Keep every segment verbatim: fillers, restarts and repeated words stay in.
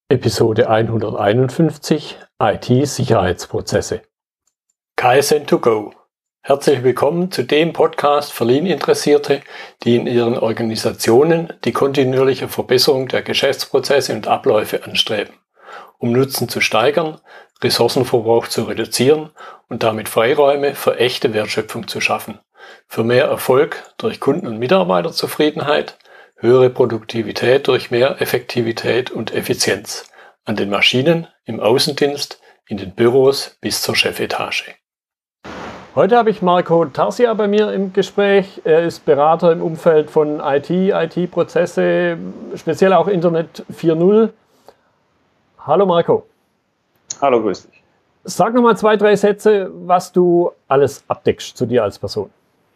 Episode hunderteinundfünfzig I T-Sicherheitsprozesse. Kaizen to go. Herzlich willkommen zu dem Podcast für Lean-Interessierte, die in ihren Organisationen die kontinuierliche Verbesserung der Geschäftsprozesse und Abläufe anstreben, um Nutzen zu steigern, Ressourcenverbrauch zu reduzieren und damit Freiräume für echte Wertschöpfung zu schaffen, für mehr Erfolg durch Kunden- und Mitarbeiterzufriedenheit, höhere Produktivität durch mehr Effektivität und Effizienz an den Maschinen, im Außendienst, in den Büros bis zur Chefetage. Heute habe ich Marco Tarsia bei mir im Gespräch. Er ist Berater im Umfeld von I T, I T-Prozesse, speziell auch Internet vier Punkt null. Hallo Marco. Hallo, grüß dich. Sag nochmal zwei, drei Sätze, was du alles abdeckst zu dir als Person.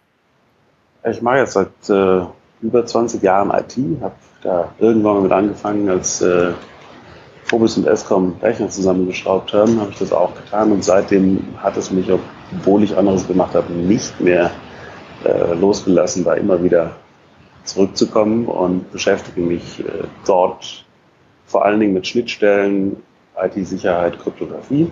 Ich mache jetzt seit äh, über zwanzig Jahren I T, habe da irgendwann mal mit angefangen, als äh, Phobis und Escom Rechner zusammengeschraubt haben, habe ich das auch getan und seitdem hat es mich, obwohl ich anderes gemacht habe, nicht mehr äh, losgelassen, da immer wieder zurückzukommen und beschäftige mich äh, dort vor allen Dingen mit Schnittstellen, I T-Sicherheit, Kryptographie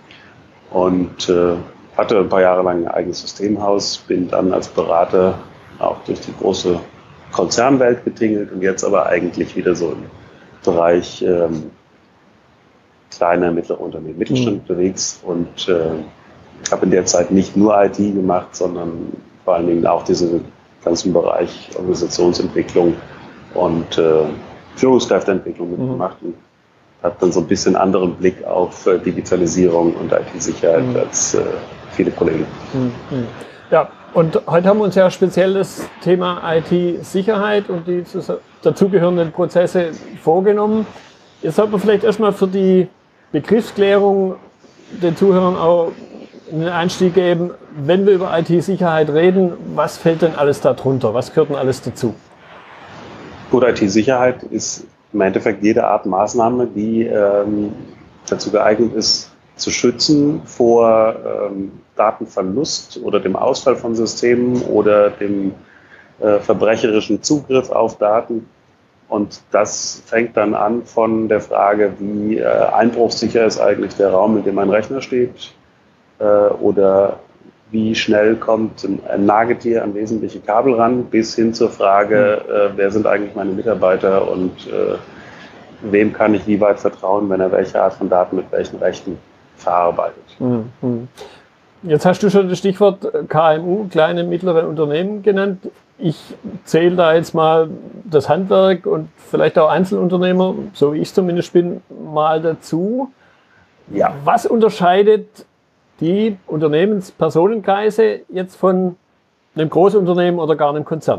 und äh, hatte ein paar Jahre lang ein eigenes Systemhaus, bin dann als Berater auch durch die große Konzernwelt getingelt und jetzt aber eigentlich wieder so im Bereich ähm, kleine, mittlere Unternehmen, Mittelstand mhm. unterwegs und äh, habe in der Zeit nicht nur I T gemacht, sondern vor allen Dingen auch diesen ganzen Bereich Organisationsentwicklung und äh, Führungskräfteentwicklung mitgemacht mhm. und habe dann so ein bisschen anderen Blick auf äh, Digitalisierung und I T-Sicherheit mhm. als äh, viele Kollegen. Mhm. Ja, und heute haben wir uns ja speziell das Thema I T-Sicherheit und die dazugehörenden Prozesse vorgenommen. Jetzt sollten wir vielleicht erstmal für die Begriffsklärung den Zuhörern auch einen Einstieg geben. Wenn wir über I T-Sicherheit reden, was fällt denn alles darunter? Was gehört denn alles dazu? Gut, I T-Sicherheit ist im Endeffekt jede Art Maßnahme, die ähm, dazu geeignet ist, zu schützen vor ähm, Datenverlust oder dem Ausfall von Systemen oder dem äh, verbrecherischen Zugriff auf Daten. Und das fängt dann an von der Frage, wie äh, einbruchssicher ist eigentlich der Raum, in dem ein Rechner steht, äh, oder wie schnell kommt ein, ein Nagetier an wesentliche Kabel ran, bis hin zur Frage, äh, wer sind eigentlich meine Mitarbeiter und äh, wem kann ich wie weit vertrauen, wenn er welche Art von Daten mit welchen Rechten verarbeitet. Mhm. Jetzt hast du schon das Stichwort K M U, kleine, mittlere Unternehmen genannt. Ich zähle da jetzt mal das Handwerk und vielleicht auch Einzelunternehmer, so wie ich zumindest bin, mal dazu. Ja. Was unterscheidet die Unternehmenspersonenkreise jetzt von einem Großunternehmen oder gar einem Konzern?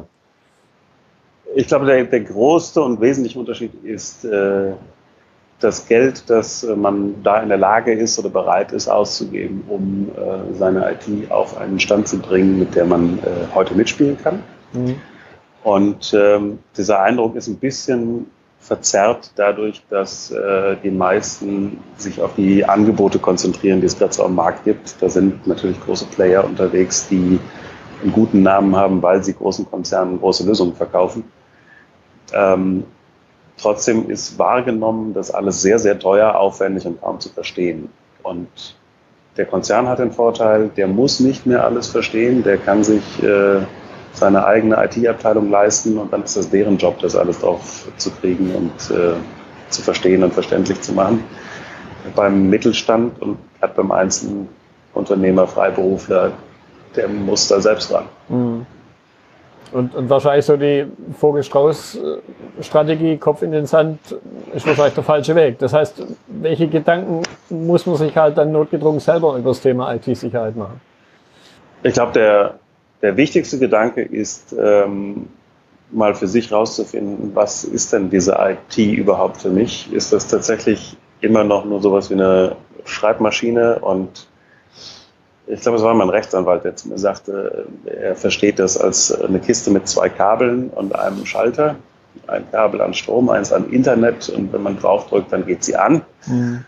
Ich glaube, der, der größte und wesentliche Unterschied ist äh, das Geld, das man da in der Lage ist oder bereit ist auszugeben, um äh, seine I T auf einen Stand zu bringen, mit der man äh, heute mitspielen kann. Mhm. Und ähm, dieser Eindruck ist ein bisschen verzerrt dadurch, dass äh, die meisten sich auf die Angebote konzentrieren, die es gerade so am Markt gibt. Da sind natürlich große Player unterwegs, die einen guten Namen haben, weil sie großen Konzernen große Lösungen verkaufen. Ähm, Trotzdem ist wahrgenommen, dass alles sehr, sehr teuer, aufwendig und kaum zu verstehen. Und der Konzern hat den Vorteil, der muss nicht mehr alles verstehen, der kann sich äh, seine eigene I T-Abteilung leisten und dann ist es deren Job, das alles drauf zu kriegen und äh, zu verstehen und verständlich zu machen. Beim Mittelstand und gerade beim Einzelunternehmer, Freiberufler, der muss da selbst ran. Mhm. Und, und wahrscheinlich so die Vogel-Strauß-Strategie, Kopf in den Sand, ist wahrscheinlich der falsche Weg. Das heißt, welche Gedanken muss man sich halt dann notgedrungen selber über das Thema I T-Sicherheit machen? Ich glaube, der, der wichtigste Gedanke ist, ähm, mal für sich rauszufinden, was ist denn diese I T überhaupt für mich? Ist das tatsächlich immer noch nur sowas wie eine Schreibmaschine? Und ich glaube, es war mein Rechtsanwalt, der zu mir sagte, er versteht das als eine Kiste mit zwei Kabeln und einem Schalter. Ein Kabel an Strom, eins an Internet und wenn man draufdrückt, dann geht sie an. Mhm.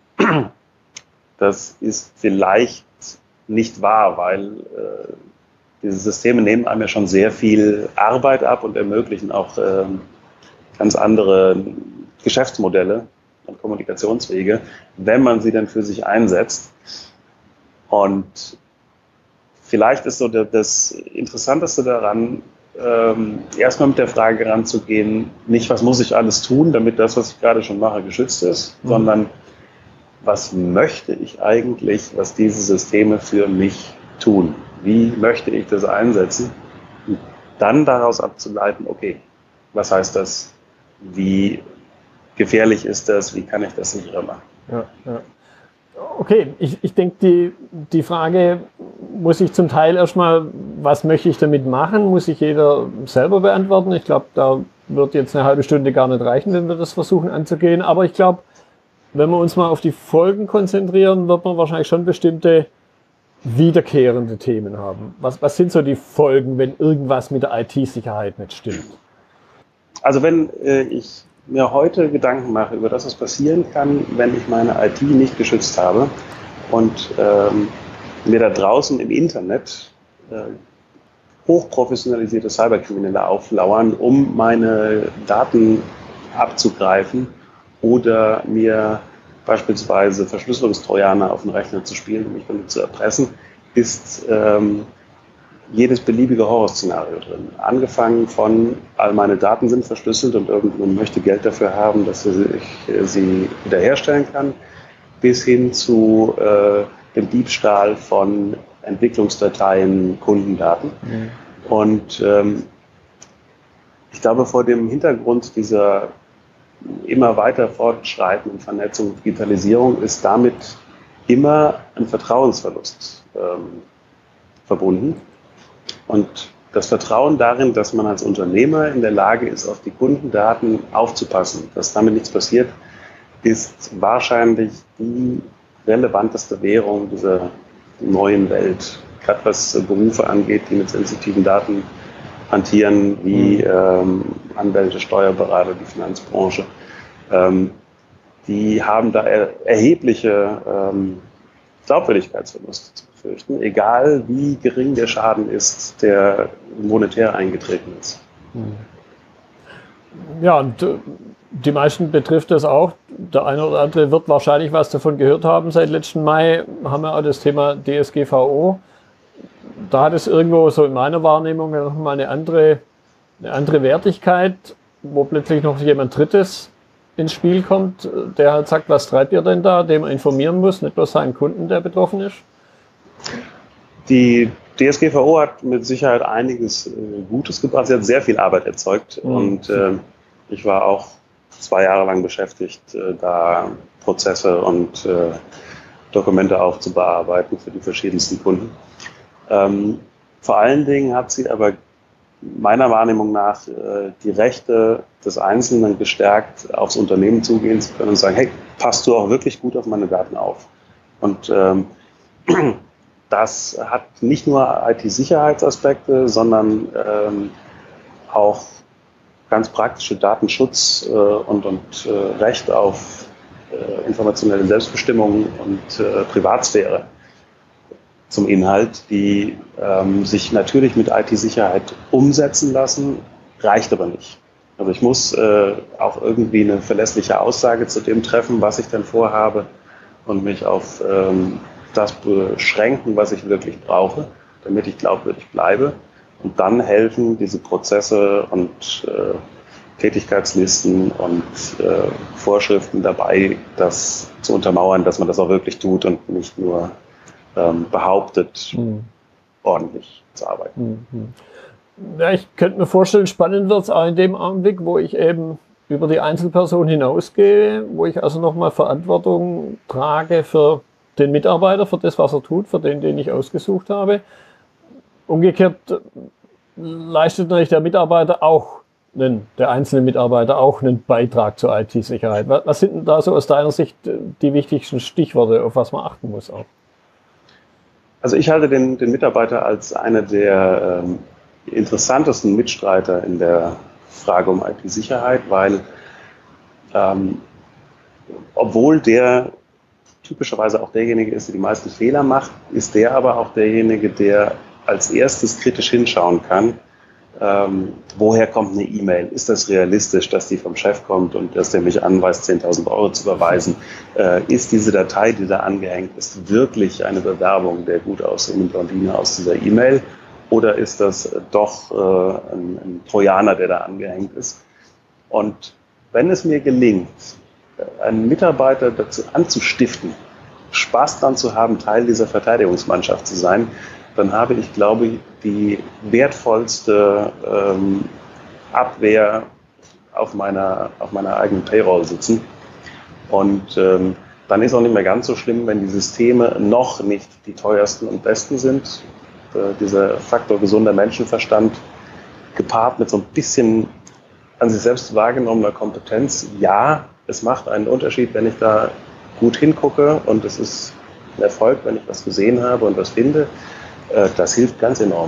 Das ist vielleicht nicht wahr, weil äh, diese Systeme nehmen einem ja schon sehr viel Arbeit ab und ermöglichen auch äh, ganz andere Geschäftsmodelle. und Kommunikationswege, wenn man sie dann für sich einsetzt. Und vielleicht ist so das Interessanteste daran, ähm, erstmal mit der Frage ranzugehen, nicht was muss ich alles tun, damit das, was ich gerade schon mache, geschützt ist, mhm. sondern was möchte ich eigentlich, was diese Systeme für mich tun? Wie möchte ich das einsetzen? Und dann daraus abzuleiten, okay, was heißt das? Wie gefährlich ist das? Wie kann ich das sicherer machen? Ja, ja. Okay, ich, ich denke, die, die Frage muss ich zum Teil erstmal, was möchte ich damit machen, muss sich jeder selber beantworten. Ich glaube, da wird jetzt eine halbe Stunde gar nicht reichen, wenn wir das versuchen anzugehen. Aber ich glaube, wenn wir uns mal auf die Folgen konzentrieren, wird man wahrscheinlich schon bestimmte wiederkehrende Themen haben. Was, was sind so die Folgen, wenn irgendwas mit der I T-Sicherheit nicht stimmt? Also wenn äh, ich mir heute Gedanken mache über das, was passieren kann, wenn ich meine I T nicht geschützt habe und ähm, mir da draußen im Internet äh, hochprofessionalisierte Cyberkriminelle auflauern, um meine Daten abzugreifen oder mir beispielsweise Verschlüsselungstrojaner auf den Rechner zu spielen, um mich damit zu erpressen, ist ähm, jedes beliebige Horrorszenario drin. Angefangen von, all meine Daten sind verschlüsselt und irgendjemand möchte Geld dafür haben, dass ich sie wiederherstellen kann, bis hin zu äh, dem Diebstahl von Entwicklungsdateien, Kundendaten. Mhm. Und ähm, ich glaube, vor dem Hintergrund dieser immer weiter fortschreitenden Vernetzung und Digitalisierung ist damit immer ein Vertrauensverlust ähm, verbunden. Und das Vertrauen darin, dass man als Unternehmer in der Lage ist, auf die Kundendaten aufzupassen, dass damit nichts passiert, ist wahrscheinlich die relevanteste Währung dieser neuen Welt. Gerade was Berufe angeht, die mit sensitiven Daten hantieren, wie ähm, Anwälte, Steuerberater, die Finanzbranche. Ähm, die haben da er, erhebliche ähm, Glaubwürdigkeitsverluste zu befürchten, egal wie gering der Schaden ist, der monetär eingetreten ist. Ja, und die meisten betrifft das auch. Der eine oder andere wird wahrscheinlich was davon gehört haben. Seit letzten Mai haben wir auch das Thema D S G V O. Da hat es irgendwo so in meiner Wahrnehmung noch mal eine andere, eine andere Wertigkeit, wo plötzlich noch jemand Drittes ins Spiel kommt, der halt sagt, was treibt ihr denn da, dem er informieren muss, nicht bloß seinen Kunden, der betroffen ist? Die D S G V O hat mit Sicherheit einiges äh, Gutes gebracht. Sie hat sehr viel Arbeit erzeugt mhm. und äh, ich war auch zwei Jahre lang beschäftigt, äh, da Prozesse und äh, Dokumente aufzubearbeiten für die verschiedensten Kunden. Ähm, vor allen Dingen hat sie aber meiner Wahrnehmung nach äh, die Rechte des Einzelnen gestärkt, aufs Unternehmen zugehen zu können und sagen, hey, passt du auch wirklich gut auf meine Daten auf? Und ähm, das hat nicht nur I T-Sicherheitsaspekte, sondern ähm, auch ganz praktische Datenschutz äh, und, und äh, Recht auf äh, informationelle Selbstbestimmung und äh, Privatsphäre zum Inhalt, die ähm, sich natürlich mit I T-Sicherheit umsetzen lassen, reicht aber nicht. Also ich muss äh, auch irgendwie eine verlässliche Aussage zu dem treffen, was ich denn vorhabe und mich auf ähm, das beschränken, was ich wirklich brauche, damit ich glaubwürdig bleibe und dann helfen diese Prozesse und äh, Tätigkeitslisten und äh, Vorschriften dabei, das zu untermauern, dass man das auch wirklich tut und nicht nur ähm, behauptet, mhm. ordentlich zu arbeiten. Mhm. Ja, ich könnte mir vorstellen, spannend wird es auch in dem Augenblick, wo ich eben über die Einzelperson hinausgehe, wo ich also nochmal Verantwortung trage für den Mitarbeiter, für das, was er tut, für den, den ich ausgesucht habe. Umgekehrt leistet natürlich der Mitarbeiter auch, der einzelne Mitarbeiter auch einen Beitrag zur I T-Sicherheit. Was sind denn da so aus deiner Sicht die wichtigsten Stichworte, auf was man achten muss auch? Also ich halte den, den Mitarbeiter als einer der ähm, interessantesten Mitstreiter in der Frage um I T-Sicherheit, weil ähm, obwohl der typischerweise auch derjenige ist, der die meisten Fehler macht, ist der aber auch derjenige, der als erstes kritisch hinschauen kann, ähm, woher kommt eine E-Mail? Ist das realistisch, dass die vom Chef kommt und dass der mich anweist, zehntausend Euro zu überweisen? Äh, ist diese Datei, die da angehängt ist, wirklich eine Bewerbung der gut aussehenden Blondine aus dieser E-Mail? Oder ist das doch äh, ein, ein Trojaner, der da angehängt ist? Und wenn es mir gelingt, einen Mitarbeiter dazu anzustiften, Spaß daran zu haben, Teil dieser Verteidigungsmannschaft zu sein, dann habe ich, glaube ich, die wertvollste ähm, Abwehr auf meiner, auf meiner eigenen Payroll sitzen. Und ähm, dann ist auch nicht mehr ganz so schlimm, wenn die Systeme noch nicht die teuersten und besten sind. Äh, dieser Faktor gesunder Menschenverstand gepaart mit so ein bisschen an sich selbst wahrgenommener Kompetenz. Ja, es macht einen Unterschied, wenn ich da gut hingucke und es ist ein Erfolg, wenn ich was gesehen habe und was finde. Das hilft ganz enorm.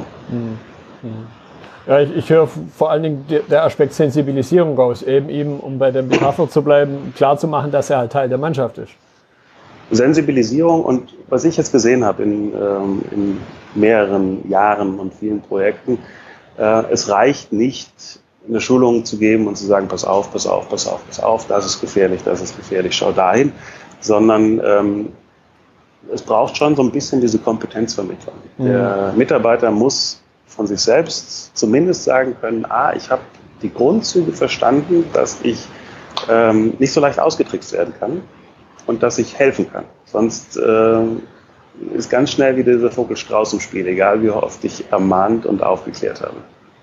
Ja, ich, ich höre vor allen Dingen der Aspekt Sensibilisierung raus, eben ihm, um bei der Metapher zu bleiben, klar zu machen, dass er halt Teil der Mannschaft ist. Sensibilisierung und was ich jetzt gesehen habe in, ähm, in mehreren Jahren und vielen Projekten, äh, es reicht nicht, eine Schulung zu geben und zu sagen, pass auf, pass auf, pass auf, pass auf, das ist gefährlich, das ist gefährlich, schau dahin, sondern ähm, es braucht schon so ein bisschen diese Kompetenzvermittlung. Mhm. Der Mitarbeiter muss von sich selbst zumindest sagen können, ah, ich habe die Grundzüge verstanden, dass ich ähm, nicht so leicht ausgetrickst werden kann und dass ich helfen kann. Sonst äh, ist ganz schnell wieder dieser Vogel-Strauß im Spiel, egal wie oft ich ermahnt und aufgeklärt habe.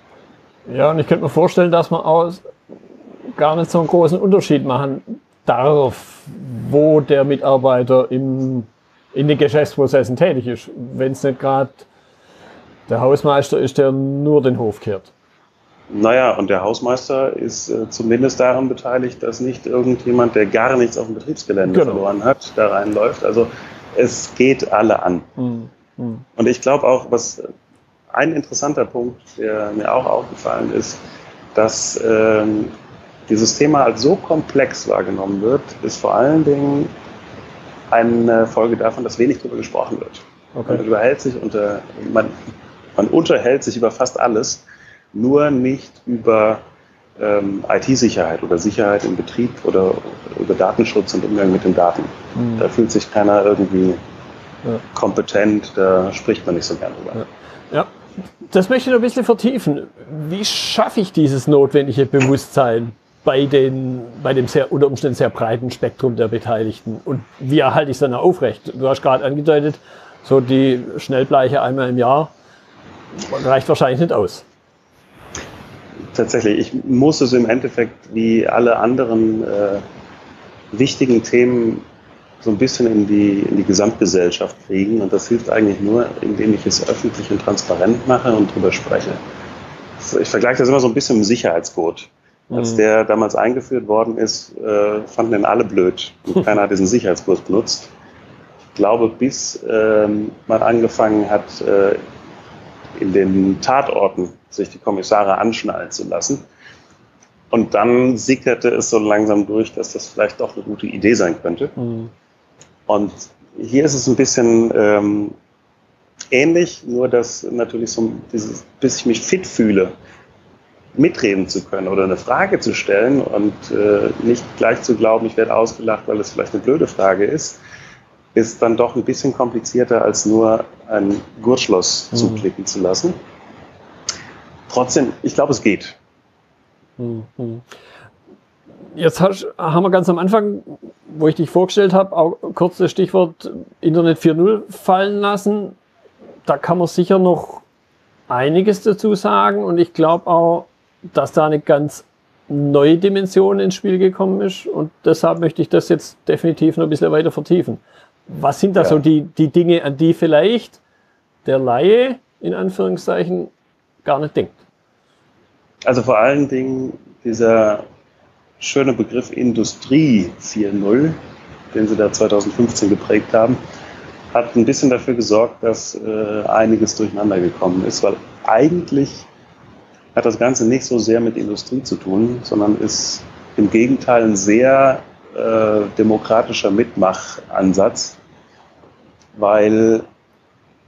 Ja, und ich könnte mir vorstellen, dass man auch gar nicht so einen großen Unterschied machen darf, wo der Mitarbeiter im in den Geschäftsprozessen tätig ist, wenn es nicht gerade der Hausmeister ist, der nur den Hof kehrt. Naja, und der Hausmeister ist äh, zumindest daran beteiligt, dass nicht irgendjemand, der gar nichts auf dem Betriebsgelände genau. verloren hat, da reinläuft. Also es geht alle an. Mhm. Mhm. Und ich glaube auch, was ein interessanter Punkt, der mir auch aufgefallen ist, dass ähm, dieses Thema als so komplex wahrgenommen wird, ist vor allen Dingen eine Folge davon, dass wenig darüber gesprochen wird. Okay. Man, überhält sich unter, man, man unterhält sich über fast alles, nur nicht über ähm, I T-Sicherheit oder Sicherheit im Betrieb oder über Datenschutz und Umgang mit den Daten. Mhm. Da fühlt sich keiner irgendwie ja. kompetent, da spricht man nicht so gern drüber. Ja. Ja, das möchte ich noch ein bisschen vertiefen. Wie schaffe ich dieses notwendige Bewusstsein bei, den, bei dem sehr, unter Umständen sehr breiten Spektrum der Beteiligten? Und wie erhalte ich es dann aufrecht? Du hast gerade angedeutet, so die Schnellbleiche einmal im Jahr reicht wahrscheinlich nicht aus. Tatsächlich, ich muss es im Endeffekt wie alle anderen äh, wichtigen Themen so ein bisschen in die, in die Gesamtgesellschaft kriegen. Und das hilft eigentlich nur, indem ich es öffentlich und transparent mache und drüber spreche. Ich vergleiche das immer so ein bisschen mit dem Sicherheitscode. Als der damals eingeführt worden ist, äh, fanden den alle blöd. Und keiner hat diesen Sicherheitskurs benutzt. Ich glaube, bis ähm, man angefangen hat, äh, in den Tatorten sich die Kommissare anschnallen zu lassen. Und dann sickerte es so langsam durch, dass das vielleicht doch eine gute Idee sein könnte. Mhm. Und hier ist es ein bisschen ähm, ähnlich, nur dass natürlich so dieses, bis ich mich fit fühle, mitreden zu können oder eine Frage zu stellen und äh, nicht gleich zu glauben, ich werde ausgelacht, weil es vielleicht eine blöde Frage ist, ist dann doch ein bisschen komplizierter, als nur ein Gurtschloss mhm. zuklicken zu lassen. Trotzdem, ich glaube, es geht. Mhm. Jetzt hast, haben wir ganz am Anfang, wo ich dich vorgestellt habe, auch kurz das Stichwort Internet vier Punkt null fallen lassen. Da kann man sicher noch einiges dazu sagen und ich glaube auch, dass da eine ganz neue Dimension ins Spiel gekommen ist und deshalb möchte ich das jetzt definitiv noch ein bisschen weiter vertiefen. Was sind da ja. so die, die Dinge, an die vielleicht der Laie in Anführungszeichen gar nicht denkt? Also vor allen Dingen dieser schöne Begriff Industrie vier Punkt null, den sie da zweitausendfünfzehn geprägt haben, hat ein bisschen dafür gesorgt, dass äh, einiges durcheinander gekommen ist, weil eigentlich hat das Ganze nicht so sehr mit Industrie zu tun, sondern ist im Gegenteil ein sehr äh, demokratischer Mitmachansatz, weil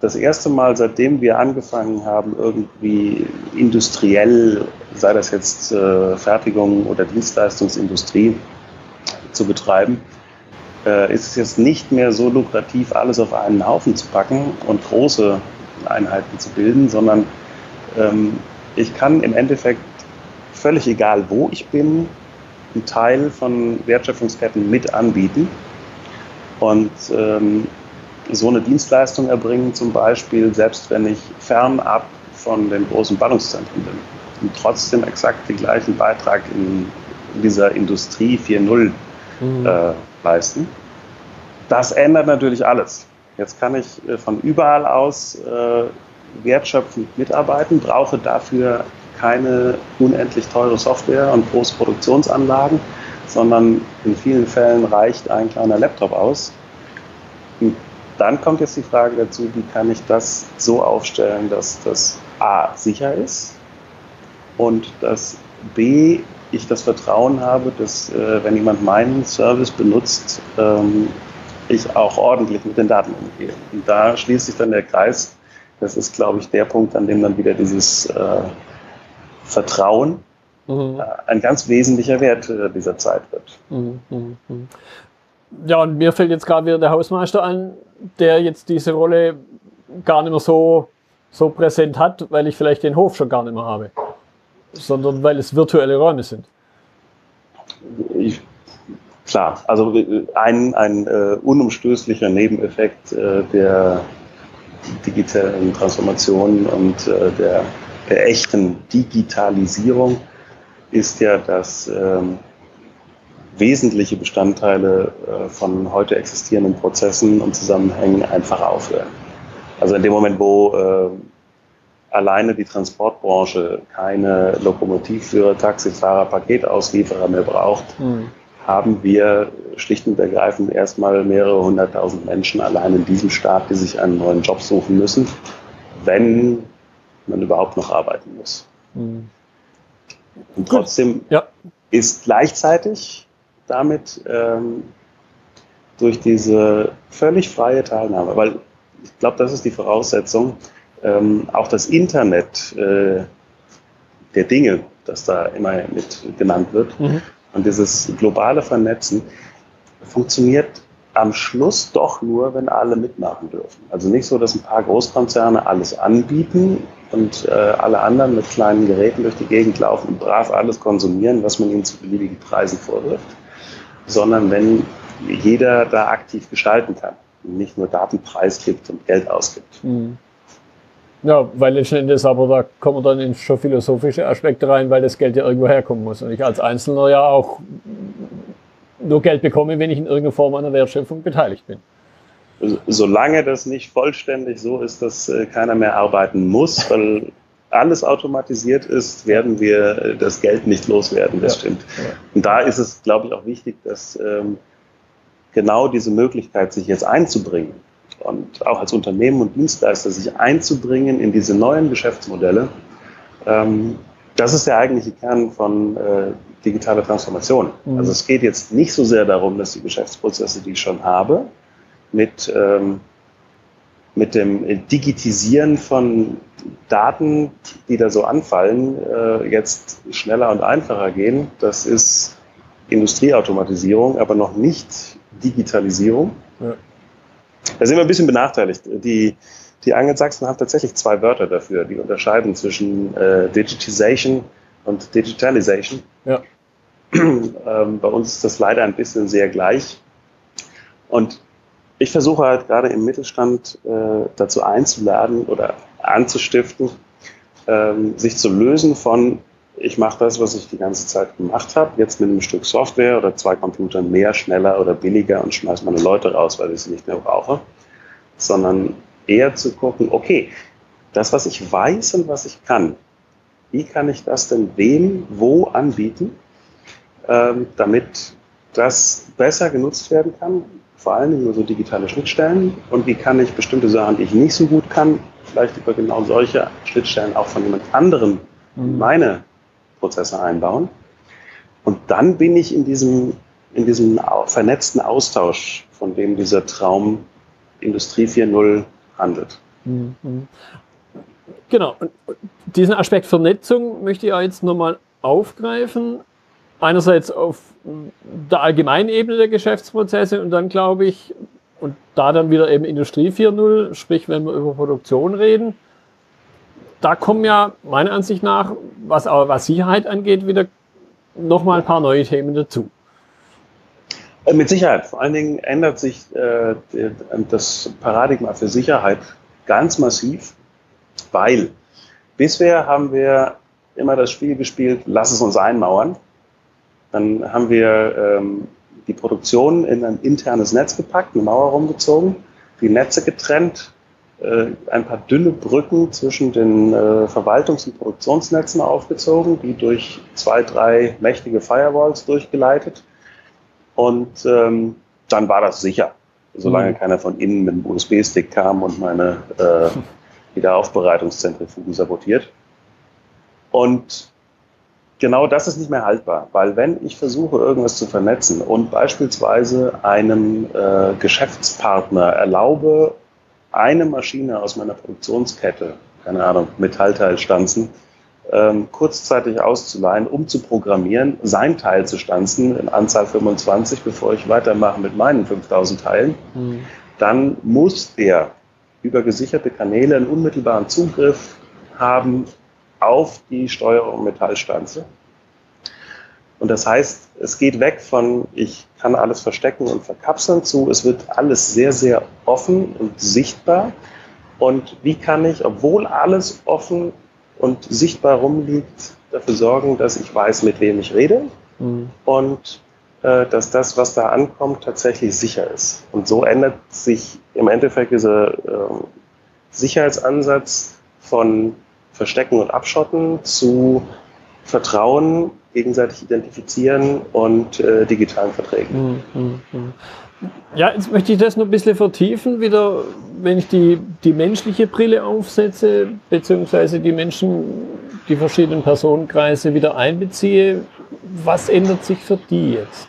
das erste Mal, seitdem wir angefangen haben, irgendwie industriell, sei das jetzt äh, Fertigung oder Dienstleistungsindustrie zu betreiben, äh, ist es jetzt nicht mehr so lukrativ, alles auf einen Haufen zu packen und große Einheiten zu bilden, sondern ähm, ich kann im Endeffekt völlig egal, wo ich bin, einen Teil von Wertschöpfungsketten mit anbieten und ähm, so eine Dienstleistung erbringen, zum Beispiel, selbst wenn ich fernab von den großen Ballungszentren bin und trotzdem exakt den gleichen Beitrag in dieser Industrie vier Punkt null mhm. äh, leisten. Das ändert natürlich alles. Jetzt kann ich äh, von überall aus äh, wertschöpfend mitarbeiten, brauche dafür keine unendlich teure Software und große Produktionsanlagen, sondern in vielen Fällen reicht ein kleiner Laptop aus. Und dann kommt jetzt die Frage dazu, wie kann ich das so aufstellen, dass das A sicher ist und dass B ich das Vertrauen habe, dass äh, wenn jemand meinen Service benutzt, ähm, ich auch ordentlich mit den Daten umgehe. Und da schließt sich dann der Kreis. Das ist, glaube ich, der Punkt, an dem dann wieder dieses äh, Vertrauen mhm. äh, ein ganz wesentlicher Wert äh, dieser Zeit wird. Mhm. Mhm. Ja, und mir fällt jetzt gerade wieder der Hausmeister an, der jetzt diese Rolle gar nicht mehr so, so präsent hat, weil ich vielleicht den Hof schon gar nicht mehr habe, sondern weil es virtuelle Räume sind. Ich, klar, also ein, ein äh, unumstößlicher Nebeneffekt äh, der digitalen Transformation und äh, der, der echten Digitalisierung ist ja, dass ähm, wesentliche Bestandteile äh, von heute existierenden Prozessen und Zusammenhängen einfach aufhören. Also in dem Moment, wo äh, alleine die Transportbranche keine Lokomotivführer, Taxifahrer, Paketauslieferer mehr braucht, mhm. haben wir schlicht und ergreifend erstmal mehrere hunderttausend Menschen allein in diesem Staat, die sich einen neuen Job suchen müssen, wenn man überhaupt noch arbeiten muss. Mhm. Und trotzdem ja. ist gleichzeitig damit ähm, durch diese völlig freie Teilnahme, weil ich glaube, das ist die Voraussetzung, ähm, auch das Internet äh, der Dinge, das da immer mit genannt wird, mhm. und dieses globale Vernetzen funktioniert am Schluss doch nur, wenn alle mitmachen dürfen. Also nicht so, dass ein paar Großkonzerne alles anbieten und äh, alle anderen mit kleinen Geräten durch die Gegend laufen und brav alles konsumieren, was man ihnen zu beliebigen Preisen vorwirft, sondern wenn jeder da aktiv gestalten kann und nicht nur Daten preisgibt und Geld ausgibt. Mhm. Ja, weil letzten Endes, aber da kommen wir dann in schon philosophische Aspekte rein, weil das Geld ja irgendwo herkommen muss und ich als Einzelner ja auch nur Geld bekomme, wenn ich in irgendeiner Form an der Wertschöpfung beteiligt bin. Solange das nicht vollständig so ist, dass keiner mehr arbeiten muss, weil alles automatisiert ist, werden wir das Geld nicht loswerden, das ja. stimmt. Ja. Und da ist es, glaube ich, auch wichtig, dass ähm, genau diese Möglichkeit, sich jetzt einzubringen und auch als Unternehmen und Dienstleister sich einzubringen in diese neuen Geschäftsmodelle, ähm, das ist der eigentliche Kern von äh, digitaler Transformation. Mhm. Also es geht jetzt nicht so sehr darum, dass die Geschäftsprozesse, die ich schon habe, mit, ähm, mit dem Digitisieren von Daten, die da so anfallen, äh, jetzt schneller und einfacher gehen. Das ist Industrieautomatisierung, aber noch nicht Digitalisierung. Ja. Da sind wir ein bisschen benachteiligt. Die, die Angelsachsen haben tatsächlich zwei Wörter dafür, die unterscheiden zwischen äh, Digitization und Digitalization. Ja. ähm, bei uns ist das leider ein bisschen sehr gleich. Und ich versuche halt gerade im Mittelstand äh, dazu einzuladen oder anzustiften, ähm, sich zu lösen von, ich mache das, was ich die ganze Zeit gemacht habe, jetzt mit einem Stück Software oder zwei Computern mehr, schneller oder billiger und schmeiße meine Leute raus, weil ich sie nicht mehr brauche, sondern eher zu gucken, okay, das, was ich weiß und was ich kann, wie kann ich das denn wem, wo anbieten, ähm, damit das besser genutzt werden kann, vor allem über so digitale Schnittstellen, und wie kann ich bestimmte Sachen, die ich nicht so gut kann, vielleicht über genau solche Schnittstellen auch von jemand anderem in meine Prozesse einbauen. Und dann bin ich in diesem, in diesem vernetzten Austausch, von dem dieser Traum Industrie vier Punkt null handelt. Mhm. Genau, und diesen Aspekt Vernetzung möchte ich auch jetzt nochmal aufgreifen. Einerseits auf der allgemeinen Ebene der Geschäftsprozesse und dann glaube ich, und da dann wieder eben Industrie vier Punkt null, sprich wenn wir über Produktion reden, da kommen ja meiner Ansicht nach, was auch was Sicherheit angeht, wieder nochmal ein paar neue Themen dazu. Mit Sicherheit. Vor allen Dingen ändert sich äh, das Paradigma für Sicherheit ganz massiv, weil bisher haben wir immer das Spiel gespielt, lass es uns einmauern. Dann haben wir ähm, die Produktion in ein internes Netz gepackt, eine Mauer rumgezogen, die Netze getrennt, äh, ein paar dünne Brücken zwischen den äh, Verwaltungs- und Produktionsnetzen aufgezogen, die durch zwei, drei mächtige Firewalls durchgeleitet. Und ähm, dann war das sicher, solange mhm. keiner von innen mit dem U S B-Stick kam und meine äh, Wiederaufbereitungszentrifugen sabotiert. Und genau das ist nicht mehr haltbar, weil wenn ich versuche, irgendwas zu vernetzen und beispielsweise einem äh, Geschäftspartner erlaube, eine Maschine aus meiner Produktionskette, keine Ahnung, Metallteilstanzen, ähm, kurzzeitig auszuleihen, um zu programmieren, sein Teil zu stanzen in Anzahl fünfundzwanzig, bevor ich weitermache mit meinen fünftausend Teilen, mhm. dann muss der über gesicherte Kanäle einen unmittelbaren Zugriff haben auf die Steuerung Metallstanze. Und das heißt, es geht weg von, ich kann alles verstecken und verkapseln zu, es wird alles sehr, sehr offen und sichtbar. Und wie kann ich, obwohl alles offen und sichtbar rumliegt, dafür sorgen, dass ich weiß, mit wem ich rede mhm. und äh, dass das, was da ankommt, tatsächlich sicher ist. Und so ändert sich im Endeffekt dieser äh, Sicherheitsansatz von Verstecken und Abschotten zu Vertrauen, gegenseitig identifizieren und äh, digitalen Verträgen. Mhm. Ja, jetzt möchte ich das noch ein bisschen vertiefen, wieder, wenn ich die, die menschliche Brille aufsetze, beziehungsweise die Menschen, die verschiedenen Personenkreise wieder einbeziehe. Was ändert sich für die jetzt?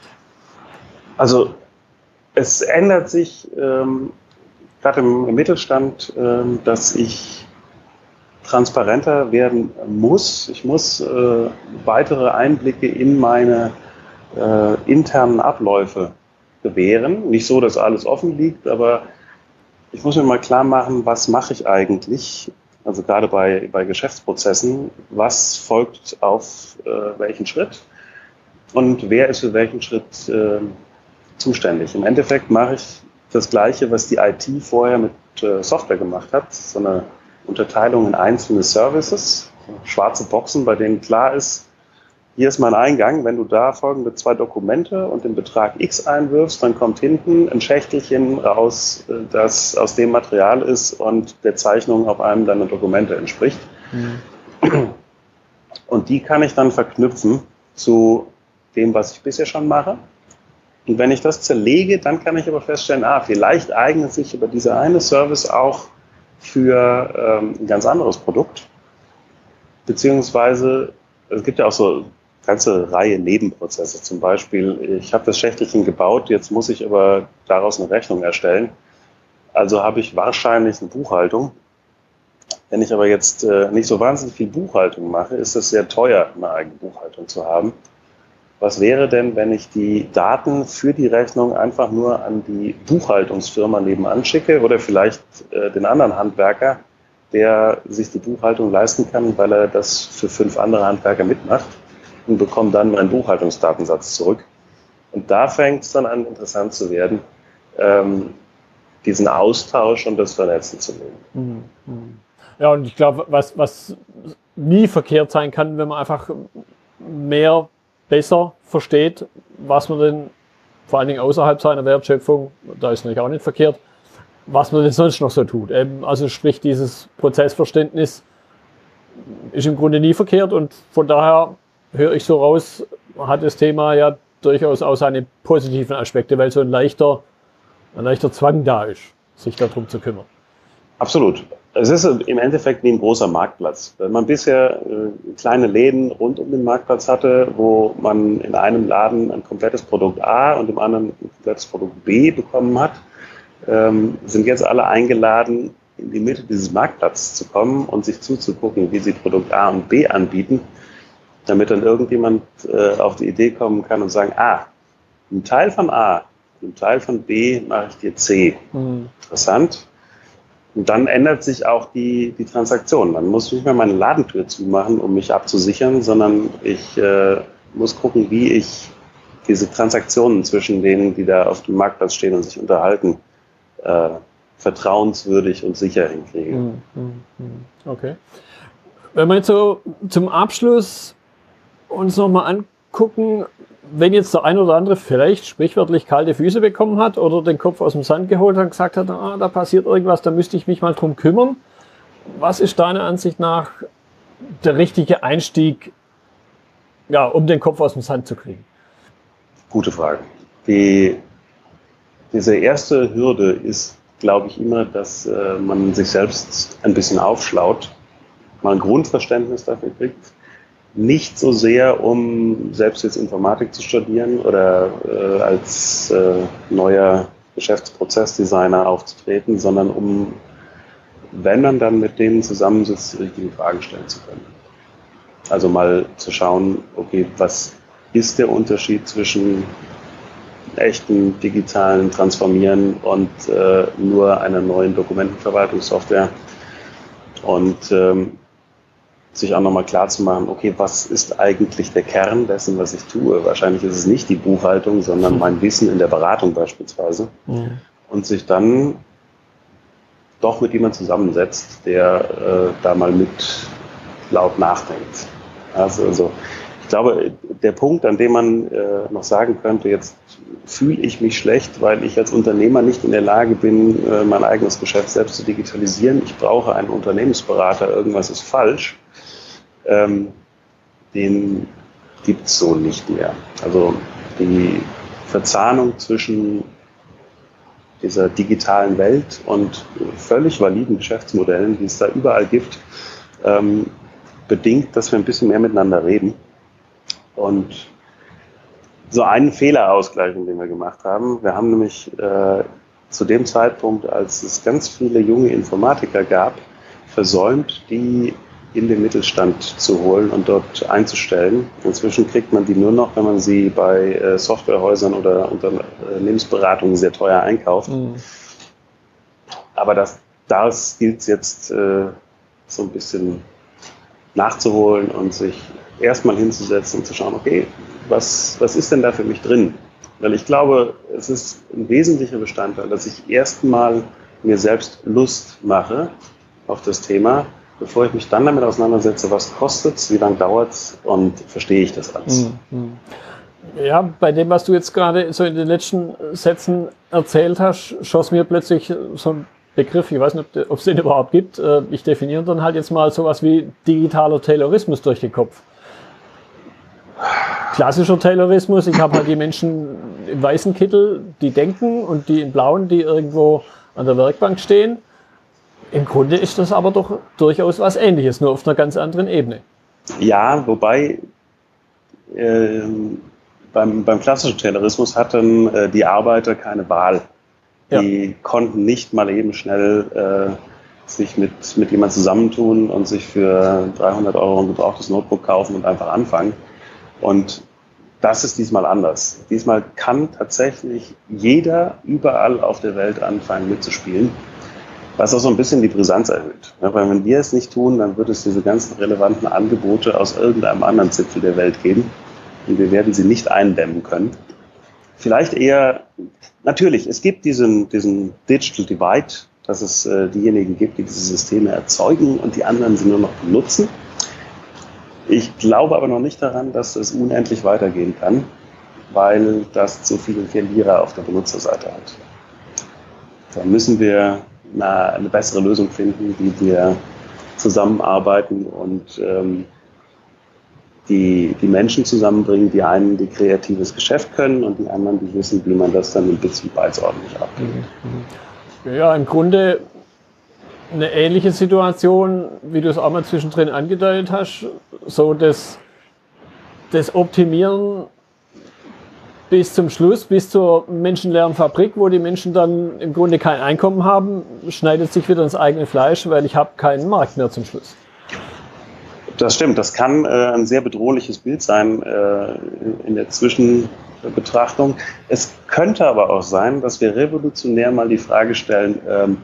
Also es ändert sich ähm, gerade im, im Mittelstand, ähm, dass ich transparenter werden muss. Ich muss äh, weitere Einblicke in meine äh, internen Abläufe gewähren. Nicht so, dass alles offen liegt, aber ich muss mir mal klar machen, was mache ich eigentlich, also gerade bei, bei Geschäftsprozessen, was folgt auf äh, welchen Schritt und wer ist für welchen Schritt äh, zuständig. Im Endeffekt mache ich das Gleiche, was die I T vorher mit äh, Software gemacht hat, so eine Unterteilung in einzelne Services, schwarze Boxen, bei denen klar ist, hier ist mein Eingang, wenn du da folgende zwei Dokumente und den Betrag X einwirfst, dann kommt hinten ein Schächtelchen raus, das aus dem Material ist und der Zeichnung auf einem deiner Dokumente entspricht. Mhm. Und die kann ich dann verknüpfen zu dem, was ich bisher schon mache. Und wenn ich das zerlege, dann kann ich aber feststellen, ah, vielleicht eignet sich über diese eine Service auch für ähm, ein ganz anderes Produkt. Beziehungsweise, es gibt ja auch so ganze Reihe Nebenprozesse. Zum Beispiel, ich habe das Schächtelchen gebaut, jetzt muss ich aber daraus eine Rechnung erstellen. Also habe ich wahrscheinlich eine Buchhaltung. Wenn ich aber jetzt äh, nicht so wahnsinnig viel Buchhaltung mache, ist es sehr teuer, eine eigene Buchhaltung zu haben. Was wäre denn, wenn ich die Daten für die Rechnung einfach nur an die Buchhaltungsfirma nebenan schicke oder vielleicht äh, den anderen Handwerker, der sich die Buchhaltung leisten kann, weil er das für fünf andere Handwerker mitmacht und bekomme dann meinen Buchhaltungsdatensatz zurück. Und da fängt es dann an, interessant zu werden, ähm, diesen Austausch und das Vernetzen zu nehmen. Ja, und ich glaube, was, was nie verkehrt sein kann, wenn man einfach mehr besser versteht, was man denn vor allen Dingen außerhalb seiner Wertschöpfung, da ist natürlich auch nicht verkehrt, was man denn sonst noch so tut. Also sprich, dieses Prozessverständnis ist im Grunde nie verkehrt und von daher höre ich so raus, hat das Thema ja durchaus auch seine positiven Aspekte, weil so ein leichter, ein leichter Zwang da ist, sich darum zu kümmern. Absolut. Es ist im Endeffekt wie ein großer Marktplatz. Wenn man bisher äh, kleine Läden rund um den Marktplatz hatte, wo man in einem Laden ein komplettes Produkt A und im anderen ein komplettes Produkt B bekommen hat, ähm, sind jetzt alle eingeladen, in die Mitte dieses Marktplatzes zu kommen und sich zuzugucken, wie sie Produkt A und B anbieten, damit dann irgendjemand äh, auf die Idee kommen kann und sagen, ah, ein Teil von A, ein Teil von B mache ich dir C. Mhm. Interessant. Und dann ändert sich auch die, die Transaktion. Dann muss ich nicht mehr meine Ladentür zumachen, um mich abzusichern, sondern ich äh, muss gucken, wie ich diese Transaktionen zwischen denen, die da auf dem Marktplatz stehen und sich unterhalten, äh, vertrauenswürdig und sicher hinkriege. Okay. Wenn wir jetzt so zum Abschluss uns nochmal angucken, wenn jetzt der ein oder andere vielleicht sprichwörtlich kalte Füße bekommen hat oder den Kopf aus dem Sand geholt hat und gesagt hat, ah, da passiert irgendwas, da müsste ich mich mal drum kümmern. Was ist deiner Ansicht nach der richtige Einstieg, ja, um den Kopf aus dem Sand zu kriegen? Gute Frage. Die, diese erste Hürde ist, glaube ich, immer, dass äh, man sich selbst ein bisschen aufschlaut, mal ein Grundverständnis dafür kriegt. Nicht so sehr, um selbst jetzt Informatik zu studieren oder äh, als äh, neuer Geschäftsprozessdesigner aufzutreten, sondern um, wenn man dann mit denen zusammensitzt, die richtigen Fragen stellen zu können. Also mal zu schauen, okay, was ist der Unterschied zwischen echten digitalen Transformieren und äh, nur einer neuen Dokumentenverwaltungssoftware und ähm, sich auch nochmal klar zu machen, okay, was ist eigentlich der Kern dessen, was ich tue? Wahrscheinlich ist es nicht die Buchhaltung, sondern mein Wissen in der Beratung beispielsweise. Mhm. Und sich dann doch mit jemandem zusammensetzt, der äh, da mal mit laut nachdenkt. Also, also ich glaube, der Punkt, an dem man äh, noch sagen könnte, jetzt fühle ich mich schlecht, weil ich als Unternehmer nicht in der Lage bin, äh, mein eigenes Geschäft selbst zu digitalisieren. Ich brauche einen Unternehmensberater, irgendwas ist falsch. Ähm, den gibt es so nicht mehr. Also die Verzahnung zwischen dieser digitalen Welt und völlig validen Geschäftsmodellen, die es da überall gibt, ähm, bedingt, dass wir ein bisschen mehr miteinander reden. Und so einen Fehler ausgleichen, den wir gemacht haben. Wir haben nämlich äh, zu dem Zeitpunkt, als es ganz viele junge Informatiker gab, versäumt, die in den Mittelstand zu holen und dort einzustellen. Inzwischen kriegt man die nur noch, wenn man sie bei äh, Softwarehäusern oder Unternehmensberatungen sehr teuer einkauft. Mhm. Aber das, das gilt es jetzt äh, so ein bisschen nachzuholen und sich erstmal hinzusetzen und zu schauen, okay, was, was ist denn da für mich drin? Weil ich glaube, es ist ein wesentlicher Bestandteil, dass ich erstmal mir selbst Lust mache auf das Thema, bevor ich mich dann damit auseinandersetze, was kostet es, wie lange dauert es und verstehe ich das alles. Ja, bei dem, was du jetzt gerade so in den letzten Sätzen erzählt hast, schoss mir plötzlich so ein Begriff, ich weiß nicht, ob es den überhaupt gibt, ich definiere dann halt jetzt mal sowas wie digitaler Taylorismus durch den Kopf. Klassischer Taylorismus, ich habe halt die Menschen im weißen Kittel, die denken, und die in blauen, die irgendwo an der Werkbank stehen. Im Grunde ist das aber doch durchaus was Ähnliches, nur auf einer ganz anderen Ebene. Ja, wobei äh, beim, beim klassischen Taylorismus hatten äh, die Arbeiter keine Wahl. Die ja. konnten nicht mal eben schnell äh, sich mit, mit jemandem zusammentun und sich für dreihundert Euro ein gebrauchtes Notebook kaufen und einfach anfangen. Und das ist diesmal anders. Diesmal kann tatsächlich jeder überall auf der Welt anfangen mitzuspielen, was auch so ein bisschen die Brisanz erhöht. Ja, weil wenn wir es nicht tun, dann wird es diese ganzen relevanten Angebote aus irgendeinem anderen Zipfel der Welt geben und wir werden sie nicht eindämmen können. Vielleicht eher, natürlich, es gibt diesen, diesen Digital Divide, dass es äh, diejenigen gibt, die diese Systeme erzeugen und die anderen sie nur noch benutzen. Ich glaube aber noch nicht daran, dass es unendlich weitergehen kann, weil das zu viele Verlierer auf der Benutzerseite hat. Da müssen wir eine, eine bessere Lösung finden, wie wir zusammenarbeiten und ähm, die, die Menschen zusammenbringen, die einen, die kreatives Geschäft können und die anderen, die wissen, wie man das dann im Prinzip als ordentlich abgibt. Ja, im Grunde eine ähnliche Situation, wie du es auch mal zwischendrin angedeutet hast, so das, das Optimieren bis zum Schluss, bis zur menschenleeren Fabrik, wo die Menschen dann im Grunde kein Einkommen haben, schneidet sich wieder ins eigene Fleisch, weil ich habe keinen Markt mehr zum Schluss. Das stimmt, das kann äh, ein sehr bedrohliches Bild sein äh, in der Zwischenbetrachtung. Es könnte aber auch sein, dass wir revolutionär mal die Frage stellen, ähm,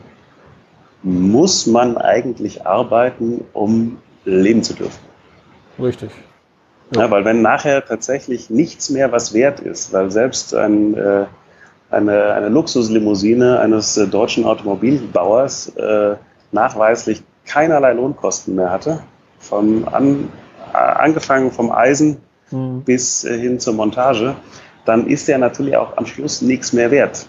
muss man eigentlich arbeiten, um leben zu dürfen? Richtig. Ja. Ja, weil wenn nachher tatsächlich nichts mehr was wert ist, weil selbst ein, äh, eine, eine Luxuslimousine eines äh, deutschen Automobilbauers äh, nachweislich keinerlei Lohnkosten mehr hatte, Vom an, äh, angefangen vom Eisen mhm. bis äh, hin zur Montage, dann ist der natürlich auch am Schluss nichts mehr wert.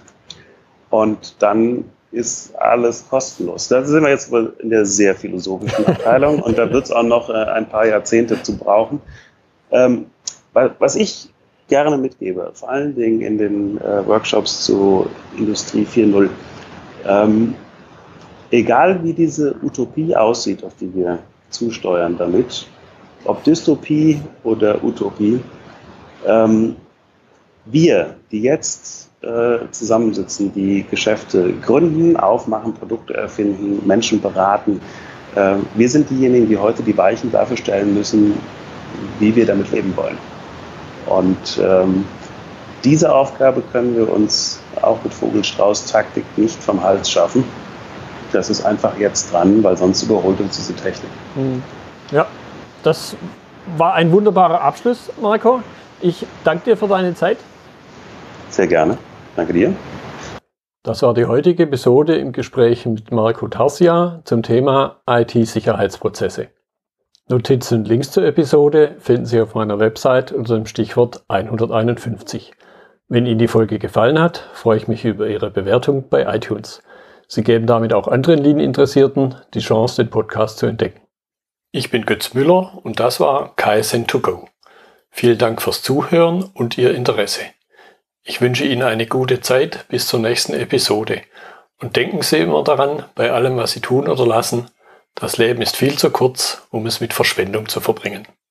Und dann ist alles kostenlos. Da sind wir jetzt wohl in der sehr philosophischen Abteilung und da wird es auch noch äh, ein paar Jahrzehnte zu brauchen. Ähm, weil, was ich gerne mitgebe, vor allen Dingen in den äh, Workshops zu Industrie vier Punkt null, ähm, egal wie diese Utopie aussieht, auf die wir zusteuern damit, ob Dystopie oder Utopie, ähm, wir, die jetzt äh, zusammensitzen, die Geschäfte gründen, aufmachen, Produkte erfinden, Menschen beraten, äh, wir sind diejenigen, die heute die Weichen dafür stellen müssen, wie wir damit leben wollen. Und ähm, diese Aufgabe können wir uns auch mit Vogel-Strauß-Taktik nicht vom Hals schaffen. Das ist einfach jetzt dran, weil sonst überholt uns diese Technik. Ja, das war ein wunderbarer Abschluss, Marco. Ich danke dir für deine Zeit. Sehr gerne. Danke dir. Das war die heutige Episode im Gespräch mit Marco Tarsia zum Thema I T-Sicherheitsprozesse. Notizen und Links zur Episode finden Sie auf meiner Website unter dem Stichwort hunderteinundfünfzig. Wenn Ihnen die Folge gefallen hat, freue ich mich über Ihre Bewertung bei iTunes. Sie geben damit auch anderen Lean-Interessierten die Chance, den Podcast zu entdecken. Ich bin Götz Müller und das war K S N to go. Vielen Dank fürs Zuhören und Ihr Interesse. Ich wünsche Ihnen eine gute Zeit bis zur nächsten Episode. Und denken Sie immer daran, bei allem, was Sie tun oder lassen, das Leben ist viel zu kurz, um es mit Verschwendung zu verbringen.